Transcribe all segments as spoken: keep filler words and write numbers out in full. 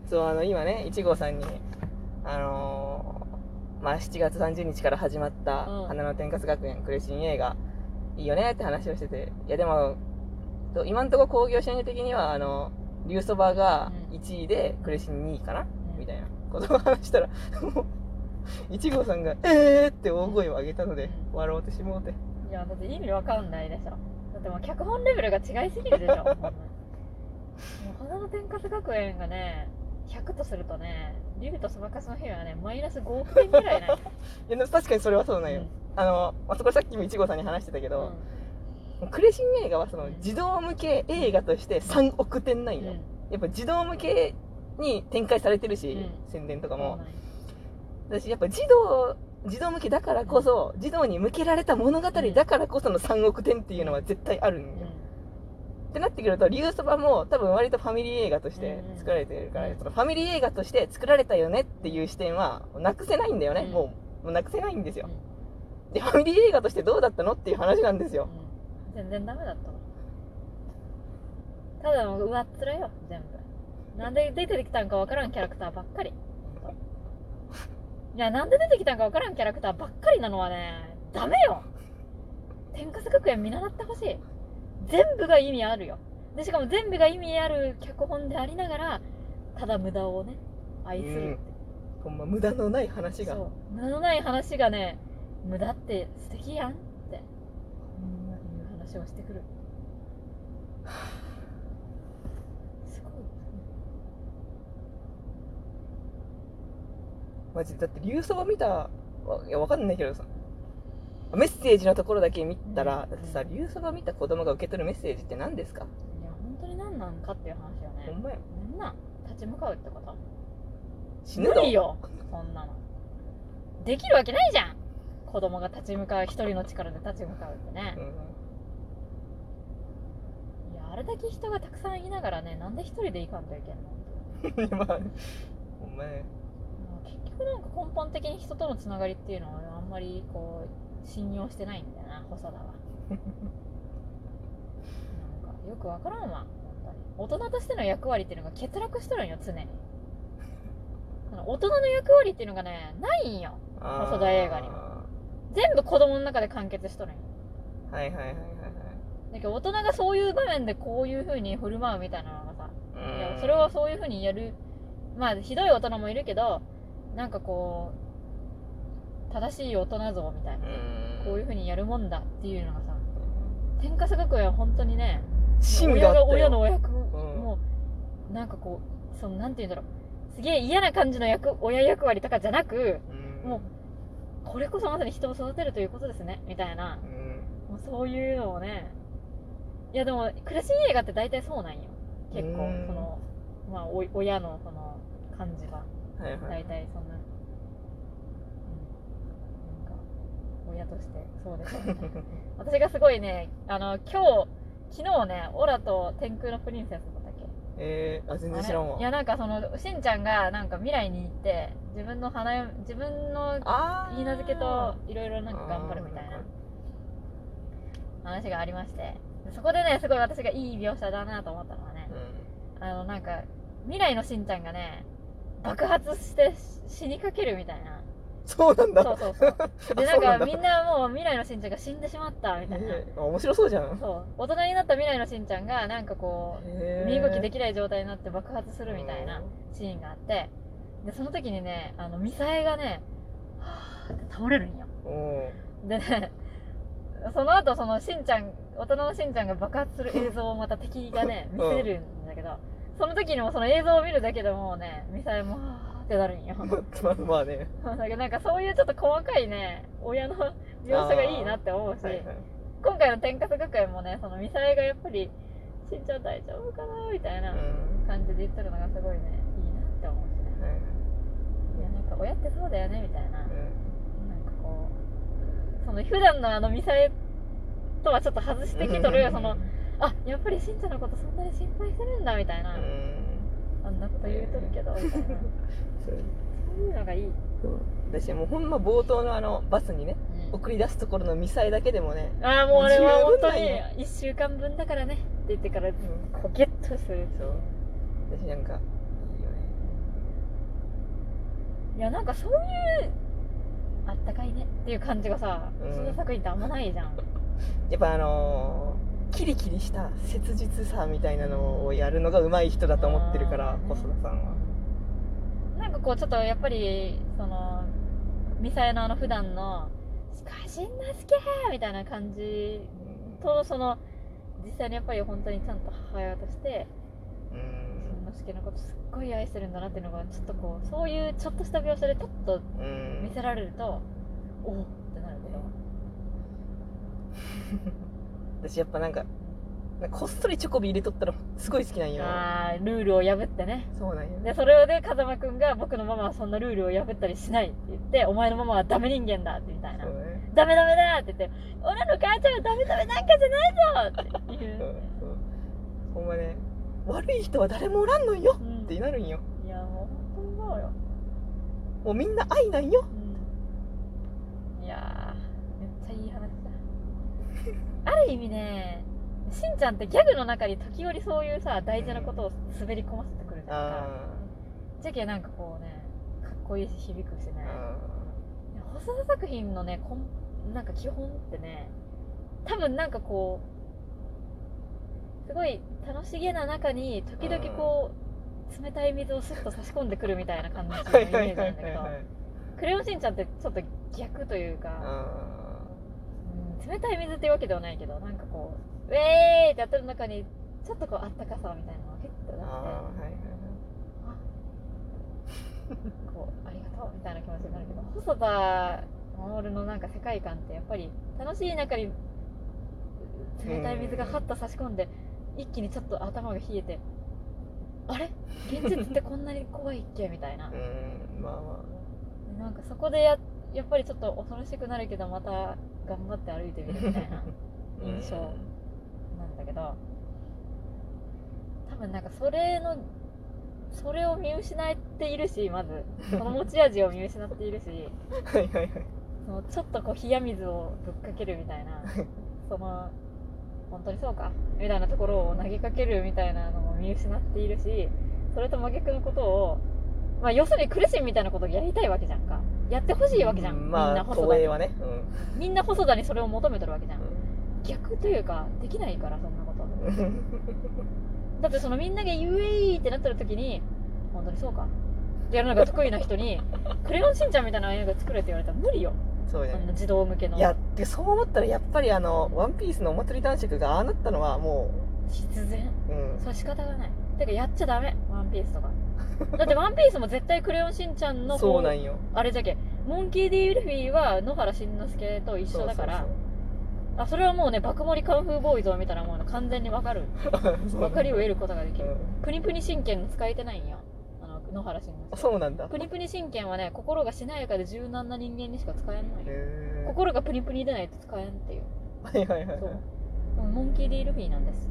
そうあの今ねいち号さんにあのー、まあしちがつさんじゅうにちから始まったうん花の天カス学園クレシン映画いいよねって話をしてて、いやでも今のところ興行収入的にはあの龍そばがいちいでクレシンにいかな、 うん、 みたいなことを話したらもういち号さんがえーって大声を上げたので、うん、笑おうてしもうて。 いやだって意味わかんないでしょ。だってもう脚本レベルが違いすぎるでしょもう花の天カス学園がねひゃくとするとね、龍とそばかすの日はねマイナスごおくてんぐらいないいや確かにそれはそうなんよ、うん、あの、まあ、そこさっきもいち号さんに話してたけど、うん、クレシン映画はその児童向け映画としてさんおくてんないよ、うん、やっぱ児童向けに展開されてるし、うん、宣伝とかも私やっぱ児童児童向けだからこそ、うん、児童に向けられた物語だからこそのさんおくてんっていうのは絶対あるんよ、うん、ってなってくると龍そばも多分割とファミリー映画として作られてるから、うん、そのファミリー映画として作られたよねっていう視点はなくせないんだよね、うん、もう、もうなくせないんですよ、うん、でファミリー映画としてどうだったのっていう話なんですよ、 うん、全然ダメだったただの上っ面よ全部。なんで出てきたんかわからんキャラクターばっかり。いやなんで出てきたんかわからんキャラクターばっかりなのはねダメよ。天カス学園見習ってほしい。全部が意味あるよ。でしかも全部が意味ある脚本でありながらただ無駄をね愛するって、うん、 ほんま無駄のない話がそう無駄のない話がね無駄って素敵やんっていう話をしてくる。すごいマジだって龍そば見たいやわかんないけどさメッセージのところだけ見たら、うん、だってさ龍そば見た子供が受け取るメッセージって何ですか。 いや本当に何なんかっていう話よね。 ほんまや。 なんなん立ち向かうってこと。 死ぬの無理よそんなの。できるわけないじゃん子供が立ち向かう、一人の力で立ち向かうってね、うん、いやあれだけ人がたくさんいながらねなんで一人で行かんといけんのまあほんまね。 結局なんか根本的に人とのつながりっていうのはあんまりこう信用してないんだよな細田はなんかよくわからんわ本当に。大人としての役割っていうのが欠落しとるんよ常に。大人の役割っていうのがねないんよ細田映画には。全部子供の中で完結しとるんよ。 はいはいはいはいはい。 だけど大人がそういう場面でこういう風に振る舞うみたいなのがさ、いやそれはそういう風にやる、まあひどい大人もいるけどなんかこう正しい大人像みたいな、こういう風にやるもんだっていうのがさ、天カス学園は本当にね親が親のお役、うん、もうなんかこうそのなんていうんだろう、すげえ嫌な感じの役親役割とかじゃなく、もうこれこそまさに人を育てるということですねみたいな、もうそういうのをね。いやでもクレシン映画って大体そうなんよ結構。そのまあお親のその感じは大体そんな、はいはい、うん、なんか親としてそうですよね私がすごいねあの今日昨日ねオラと天空のプリンセスだったっけ。 えー、あ全然知らんわ。 いやなんかそのしんちゃんがなんか未来に行って自分の花自分の言い名付けといろいろなんか頑張るみたいな話がありまして、そこでねすごい私がいい描写だなと思ったのはね、うん、あのなんか未来のしんちゃんがね爆発して死にかけるみたいな。 そうなんだ。 そうそうそうでなんかみんなもう未来のしんちゃんが死んでしまったみたいな、 えー、面白そうじゃん。 そう大人になった未来のしんちゃんがなんかこう身動きできない状態になって爆発するみたいなシーンがあって、でその時にねあのミサエがねはーって倒れるんよ。でねその後そのしんちゃん大人のしんちゃんが爆発する映像をまた敵がね見せるんだけど、その時にもその映像を見るだけでもうねミサエもはーってなるんよまあまあねだけどなんかそういうちょっと細かいね親の描写がいいなって思うし、はいはい、今回の天カス学園もねそのミサエがやっぱりしんちゃん大丈夫かなみたいな感じで言ってるのがすごいねいいなって思うしね、うん、いやなんか親ってそうだよねみたいな、うん、なんかこうその普段のあのミサエとはちょっと外してきとるそのあやっぱりしんちゃんのことそんなに心配してるんだみたいな、うん、あんなこと言うとるけどみたいなそういうのがいい。 そう私もうほんま冒頭のあのバスにね、うん、送り出すところのミサイだけでもね、 ああもうあれは本当にいっしゅうかんぶんだからねって言ってから、うん、こうゲッとする。 そう私なんかいいよね。 いやなんかそういうあったかいねっていう感じがさ、 うんその作品ってあんまないじゃん。 やっぱあのー、キリキリした切実さみたいなのをやるのが上手い人だと思ってるから細田さんは。 なんかこうちょっとやっぱりそのミサエのあの普段のしかしんのすけーみたいな感じと、その実際にやっぱり本当にちゃんと母親としてしんのすけのことすっごい愛してるんだなっていうのがちょっとこうそういうちょっとした描写でちょっと見せられるとおおってなるけど私やっぱなんかこっそりチョコビ入れとったらすごい好きなんよ。 あールールを破ってね。 そうなんよ。 でそれをで風間くんが僕のママはそんなルールを破ったりしないって言ってお前のママはダメ人間だってみたいな、 そうね、 ダメダメだって言って俺の母ちゃんはダメダメなんかじゃないぞっていう、 うん、そうほんまね悪い人は誰もおらんのよってなるんよ、 うん、いやもう本当にそうよ。 もうみんな愛なんよ、 うん、いやーめっちゃいい話だある意味ねしんちゃんってギャグの中に時折そういうさ大事なことを滑り込ませてくるじゃんか。じゃけなんかこうねかっこいいし響くしね。細田作品のねこんなんか基本ってね多分なんかこうすごい楽しげな中に時々こう冷たい水をスッと差し込んでくるみたいな感じのイメージなんだけどクレヨンしんちゃんってちょっと逆というか、うん、冷たい水っていうわけではないけどなんかこうウェーイってやってる中にちょっとこうあったかさみたいなのがフィッとなって、あ、こうありがとうみたいな気持ちになるけど細田守のなんか世界観ってやっぱり楽しい中に冷たい水がハッと差し込んで一気にちょっと頭が冷えてあれ現実ってこんなに怖いっけみたいなうんまあまあなんかそこでややっぱりちょっと恐ろしくなるけどまた頑張って歩いてみるみたいな印象なんだけど多分なんかそれのそれを見失っているしまずその持ち味を見失っているしはいはい、はい、そのちょっとこう冷や水をぶっかけるみたいなその本当にそうかみたいなところを投げかけるみたいなのも見失っているしそれと真逆のことを、まあ、要するに苦しみみたいなことをやりたいわけじゃんかやってほしいわけじゃん、うん、まあ、みんな細田にはね、うん、みんな細田にそれを求めてるわけじゃん、うん、逆というかできないからそんなことだってそのみんながユーイーってなってる時に本当にそうかってやるのが得意な人にクレヨンしんちゃんみたいな映画作れって言われたら無理よ。そうね、あの児童向けのいやでそう思ったらやっぱりあのワンピースのお祭り男爵がああなったのはもう必然、うん、そう仕方がないてかやっちゃダメワンピースとかだってワンピースも絶対クレヨンしんちゃんのそうなんよあれじゃけモンキー D ウルフィは野原しんのすけと一緒だからそうそうそうあそれはもうね爆盛りカンフーボーイズを見たらもう、ね、完全にわかる分かりを得ることができる、うん、プニプニ真剣の使えてないんよあの野原しんのすけそうなんだプニプニ真剣はね心がしなやかで柔軟な人間にしか使えんのよ心がプニプニでないと使えんっていうはいはいはい、はい、そうモンキー D ルフィなんです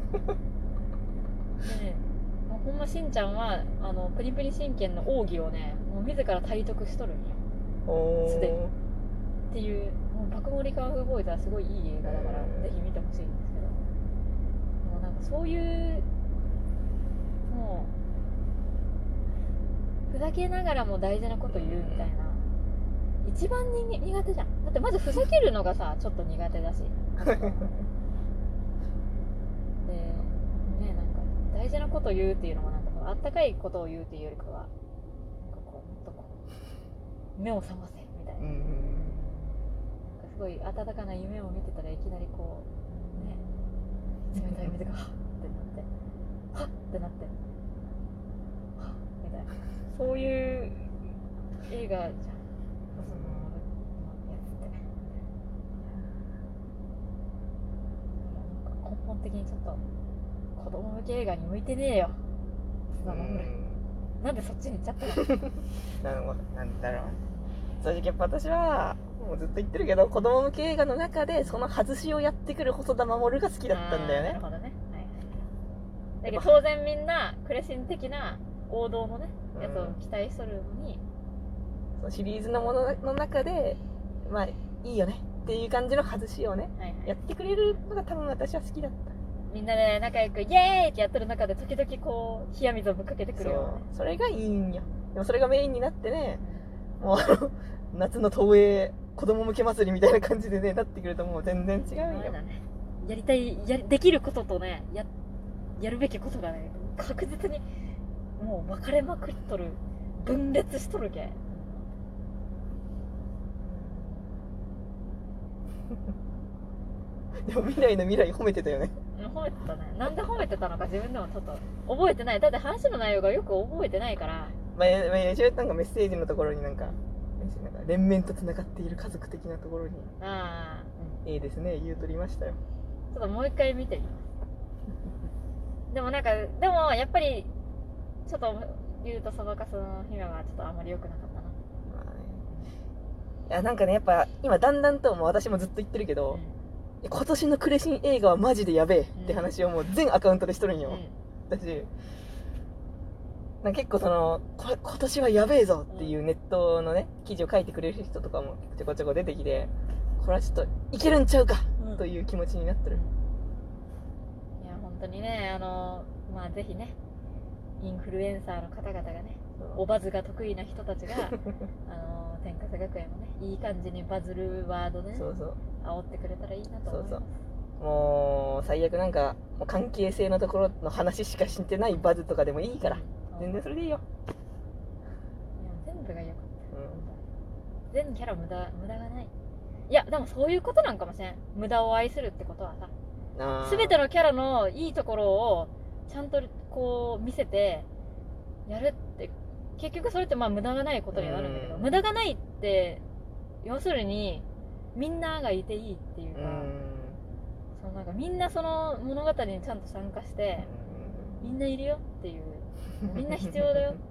でねもうほんましんちゃんはあのプニプニ真剣の奥義をねもう自ら体得しとるんよすでにっていうもう爆盛りカンフーボーイズはすごいいい映画だからぜひ見てほしいんですけどもうなんかそういうもうふざけながらも大事なこと言うみたいな一番に苦手じゃんだってまずふざけるのがさちょっと苦手だしでねなんか大事なことを言うっていうのもなんかあったかいことを言うっていうよりかはなんかこうもっとこう目を覚ませみたいな、うんすごい温かな夢を見てたらいきなりこうね冷たい水がハッってなってハッってなってハッみたいなそういう映画じゃんそのやつって根本的にちょっと子供向け映画に向いてねえよそのなんでそっちに行っちゃったのなんだろう正直やっぱ私はもうずっと言ってるけど子供向け映画の中でその外しをやってくる細田守が好きだったんだよね。なるほどね、はい、だけど当然みんなクレシン的な王道のねやつを期待しとるのに、うん、そのシリーズのものの中でまあいいよねっていう感じの外しをね、はいはい、やってくれるのが多分私は好きだった。みんなで仲良くイエーイってやってる中で時々こう冷や水をぶっかけてくるよ、ね、そ, それがいいんよ。でもそれがメインになってねもうあの夏の東映子供向け祭りみたいな感じでねなってくるともう全然違うんよ、 ね、やりたいやできることとね や, やるべきことがね確実にもう分かれまくっとる分裂しとるけでも未来の未来褒めてたよね。 褒めてたね。なんで褒めてたのか自分でもちょっと覚えてない。だって話の内容がよく覚えてないから。 まあ、まあ、一応なんかメッセージのところになんか、なんか連綿とつながっている家族的なところに、 ああ、 うん、いいですね、言うとりましたよ。 ちょっともう一回見てみます。でもなんか、でもやっぱり、ちょっと言うとそばかすの姫はちょっとあんまり良くなかったな。 まあね、いやなんかね、やっぱ今だんだんともう私もずっと言ってるけど、うん、今年のクレシン映画はマジでやべえって話をもう全アカウントでしとるんよ。うん、私なんか結構そのこれ今年はやべえぞっていうネットのね記事を書いてくれる人とかもちょこちょこ出てきて、これはちょっといけるんちゃうか、うん、という気持ちになってる。 いや本当にね、あのまあぜひねインフルエンサーの方々がね、おバズが得意な人たちがあの天カス学園をねいい感じにバズるワードでね、そうそう煽ってくれたらいいなと思います。そうそう、もう最悪なんかもう関係性のところの話しかしてないバズとかでもいいから、うん、全然それでいいよ。いや全部がよかった、うん、全キャラ無駄無駄がない。いやでもそういうことなんかもしれん。無駄を愛するってことはさ、全てのキャラのいいところをちゃんとこう見せてやるって結局それってまあ無駄がないことにはなるんだけど、無駄がないって要するにみんながいていいっていうか、そのなんかみんなその物語にちゃんと参加してみんないるよっていう、みんな必要だよ